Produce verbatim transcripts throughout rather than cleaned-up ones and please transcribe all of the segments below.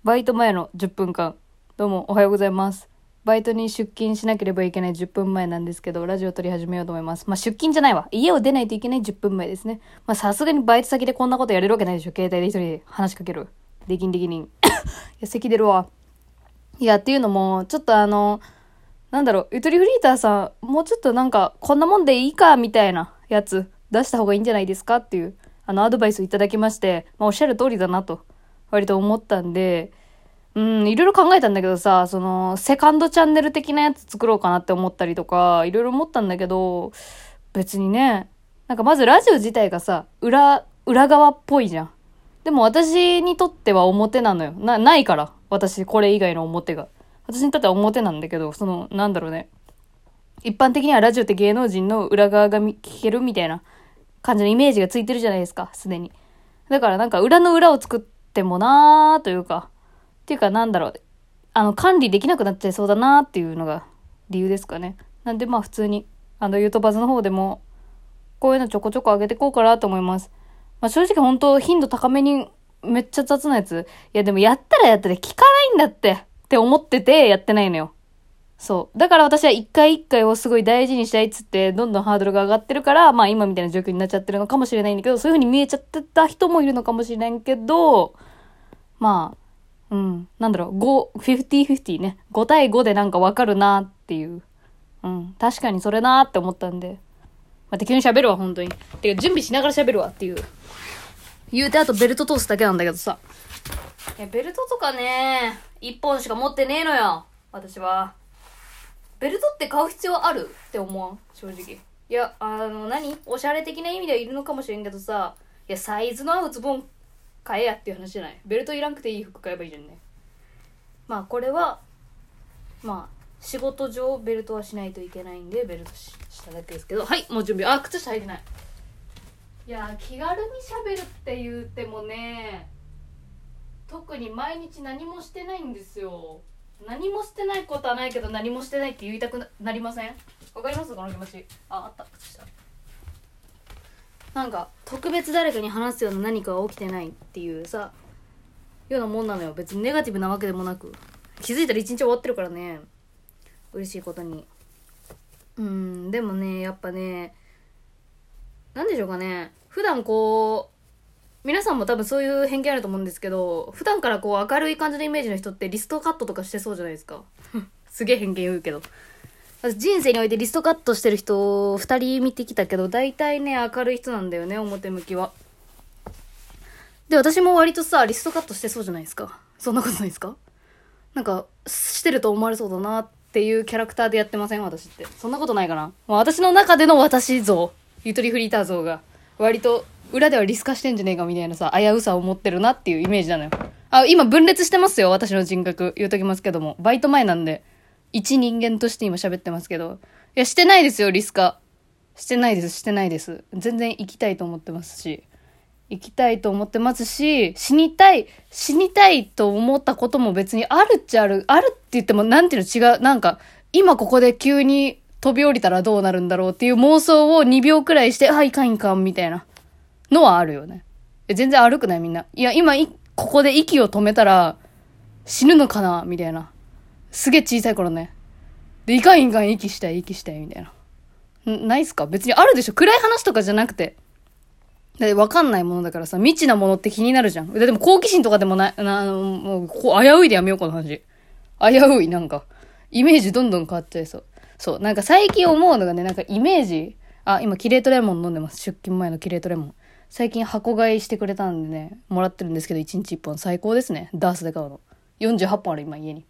バイト前のじゅっぷんかん。どうもおはようございます。バイトに出勤しなければいけないじゅっぷんまえなんですけど、ラジオ撮り始めようと思います。まあ出勤じゃないわ。家を出ないといけないじゅっぷんまえですね。まあさすがにバイト先でこんなことやれるわけないでしょ。携帯で一人で話しかける。できんできん。いや、咳出るわ。いや、っていうのも、ちょっとあの、なんだろう、ゆとりフリーターさん、もうちょっとなんか、こんなもんでいいか、みたいなやつ、出した方がいいんじゃないですかっていう、あの、アドバイスをいただきまして、まあおっしゃる通りだなと、割と思ったんで、うん、いろいろ考えたんだけどさ、その、セカンドチャンネル的なやつ作ろうかなって思ったりとか、いろいろ思ったんだけど、別にね、なんかまずラジオ自体がさ、裏、裏側っぽいじゃん。でも私にとっては表なのよ。な、ないから。私、これ以外の表が。私にとっては表なんだけど、その、なんだろうね。一般的にはラジオって芸能人の裏側が聞けるみたいな感じのイメージがついてるじゃないですか、すでに。だからなんか裏の裏を作ってもなーというか、っていうかなんだろう、あの、管理できなくなっちゃいそうだなっていうのが理由ですかね。なんでまあ普通に、あの、ユートバズの方でも、こういうのちょこちょこ上げてこうかなと思います。まあ正直本当頻度高めにめっちゃ雑なやつ。いやでもやったらやったら聞かないんだってって思っててやってないのよ。そう。だから私は一回一回をすごい大事にしたいっつって、どんどんハードルが上がってるから、まあ今みたいな状況になっちゃってるのかもしれないんだけど、そういう風に見えちゃってた人もいるのかもしれないけど、まあ、うん、なんだろう、ご、フィフティフィフティね。ご対ごでなんかわかるなっていう。うん、確かにそれなって思ったんで。まあ、適当に喋るわ、本当に。てか、準備しながら喋るわっていう。言うてあとベルト通すだけなんだけどさ。え、ベルトとかね、一本しか持ってねえのよ。私は。ベルトって買う必要あるって思わん正直。いや、あの、何おしゃれ的な意味ではいるのかもしれんけどさ、いや、サイズの合うズボン買えやっていう話じゃない。ベルトいらんくていい服買えばいいじゃんね。まあ、これは、まあ、仕事上ベルトはしないといけないんで、ベルト し, しただけですけど。はい、もう準備。あ、靴下履いてない。いや、気軽に喋るって言ってもね、特に毎日何もしてないんですよ。何もしてないことはないけど、何もしてないって言いたく な, なりません？わかりますこの気持ち。あ、あった。靴下。なんか特別誰かに話すような何かが起きてないっていうさ、ようなもんなのよ。別にネガティブなわけでもなく、気づいたら一日終わってるからね。嬉しいことに。うーん、でもね、やっぱね、なんでしょうかね。普段こう、皆さんも多分そういう偏見あると思うんですけど、普段からこう明るい感じのイメージの人ってリストカットとかしてそうじゃないですか。すげえ偏見言うけど。私人生においてリストカットしてる人ふたり見てきたけど、大体ね、明るい人なんだよね、表向きは。で、私も割とさ、リストカットしてそうじゃないですか。そんなことないですか？なんか、してると思われそうだなっていうキャラクターでやってません私って。そんなことないかな。まあ、私の中での私像、ゆとりフリーター像が、割と、裏ではリス化してんじゃねえかみたいなさ、危うさを持ってるなっていうイメージなのよ。あ、今分裂してますよ、私の人格。言うときますけども。バイト前なんで、一人間として今喋ってますけど。いや、してないですよ、リス化。してないです、してないです。全然行きたいと思ってますし。行きたいと思ってますし、死にたい、死にたいと思ったことも別にあるっちゃある。あるって言っても、なんていうの違う。なんか、今ここで急に飛び降りたらどうなるんだろうっていう妄想をにびょうくらいして、あ、いかんいかん、みたいなのはあるよね。全然歩くないみんな。いや、今い、ここで息を止めたら、死ぬのかなみたいな。すげえ小さい頃ね。で、いかんいかん、息したい、息したい、みたいな。んないっすか？別にあるでしょ。暗い話とかじゃなくて。だって分かんないものだからさ、未知なものって気になるじゃん。でも好奇心とかでもない、な、もう、こう、危ういでやめよう、この話。危うい、なんか。イメージどんどん変わっちゃいそう。そう、なんか最近思うのがね、なんかイメージ、あ、今キレートレモン飲んでます。出勤前のキレートレモン。最近箱買いしてくれたんでね、もらってるんですけど、いちにちいっぽん最高ですね。ダースで買うの。よんじゅうはっぽんある、今家に。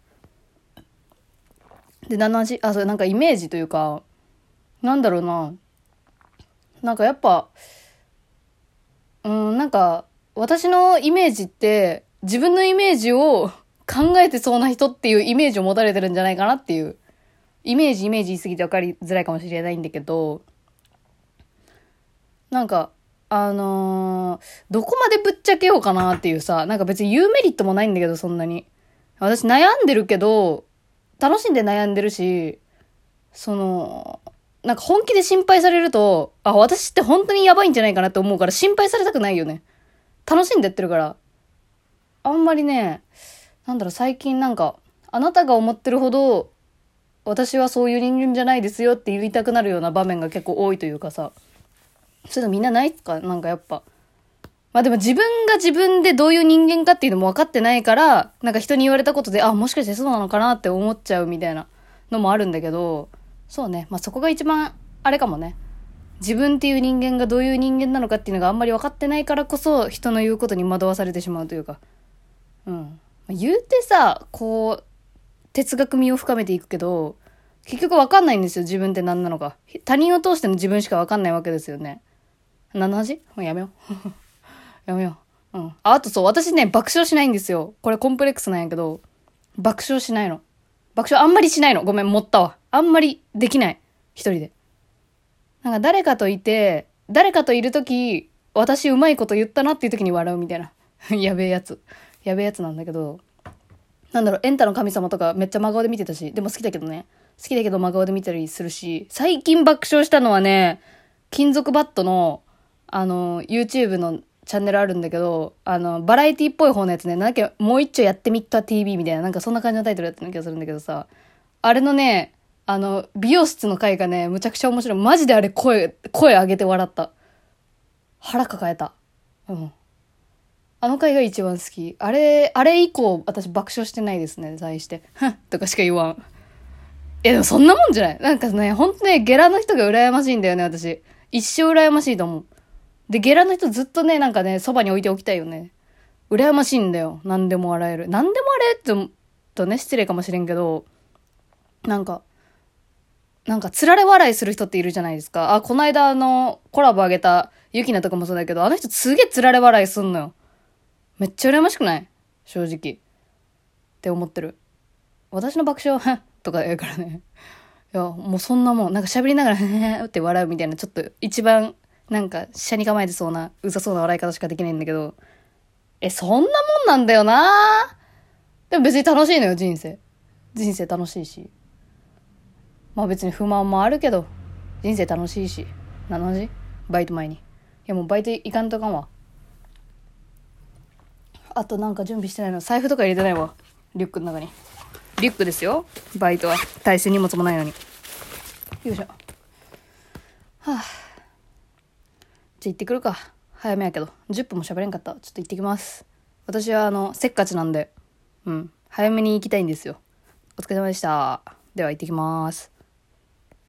で、何の話？あ、それなんかイメージというか、なんだろうな。なんかやっぱ、うん、なんか、私のイメージって、自分のイメージを考えてそうな人っていうイメージを持たれてるんじゃないかなっていう。イメージ、イメージ言い過ぎて分かりづらいかもしれないんだけど、なんか、あのー、どこまでぶっちゃけようかなっていうさ、なんか別に言うメリットもないんだけど、そんなに。私悩んでるけど、楽しんで悩んでるし、その、なんか本気で心配されると、あ、私って本当にやばいんじゃないかなって思うから心配されたくないよね。楽しんでやってるから。あんまりね、 なんだろう、最近なんか、あなたが思ってるほど、私はそういう人間じゃないですよって言いたくなるような場面が結構多いというかさ、そういうのみんなないっすか？なんかやっぱ。まあでも自分が自分でどういう人間かっていうのも分かってないから、なんか人に言われたことで、あ、もしかしてそうなのかなって思っちゃうみたいなのもあるんだけど、そうね。まあそこが一番、あれかもね。自分っていう人間がどういう人間なのかっていうのがあんまり分かってないからこそ、人の言うことに惑わされてしまうというか。うん。言うてさ、こう、哲学味を深めていくけど、結局分かんないんですよ、自分って何なのか。他人を通しての自分しか分かんないわけですよね。何の話？もうやめよう。やめよう。うん。あ、あとそう、私ね、爆笑しないんですよ。これコンプレックスなんやけど、爆笑しないの。爆笑あんまりしないの。ごめん、持ったわ。あんまりできない。一人で。なんか誰かといて、誰かといるとき、私うまいこと言ったなっていうときに笑うみたいな。やべえやつ。やべえやつなんだけど、なんだろう、エンタの神様とかめっちゃ真顔で見てたし、でも好きだけどね。好きだけど真顔で見たりするし、最近爆笑したのはね、金属バットの、あの、YouTube のチャンネルあるんだけど、あの、バラエティっぽい方のやつね、なんだっけ、もう一丁やってみた ティーブイ みたいな、なんかそんな感じのタイトルやってる気がするんだけどさ、あれのね、あの、美容室の回がね、むちゃくちゃ面白い。マジであれ声、声上げて笑った。腹抱えた。うん。あの回が一番好き。あれ、あれ以降、私爆笑してないですね、在して。ふんとかしか言わん。え、でもそんなもんじゃない？なんかね、ほんとね、ゲラの人が羨ましいんだよね、私。一生羨ましいと思う。で、ゲラの人ずっとね、なんかね、そばに置いておきたいよね。羨ましいんだよ。何でも笑える。何でも笑えるって言うとね、失礼かもしれんけど、なんか、なんか、つられ笑いする人っているじゃないですか。あ、この間あの、コラボあげた、ゆきなとかもそうだけど、あの人すげえつられ笑いすんのよ。めっちゃ羨ましくない？正直。って思ってる。私の爆笑は、とか言うからね。いや、もうそんなもん、なんか喋りながら、へへって笑うみたいな、ちょっと一番、なんか、車に構えてそうな、うざそうな笑い方しかできないんだけど、え、そんなもんなんだよな。でも別に楽しいのよ、人生。人生楽しいし。まあ別に不満もあるけど、人生楽しいし。何の話？バイト前に。いやもうバイト行かんとかんわ。あとなんか準備してないの。財布とか入れてないわ。リュックの中に。リュックですよ。バイトは。大して荷物もないのに。よいしょ。はぁ、あ。じゃあ行ってくるか。早めやけど。じゅっぷんも喋れんかった。ちょっと行ってきます。私はあの、せっかちなんで。うん。早めに行きたいんですよ。お疲れ様でした。では行ってきます。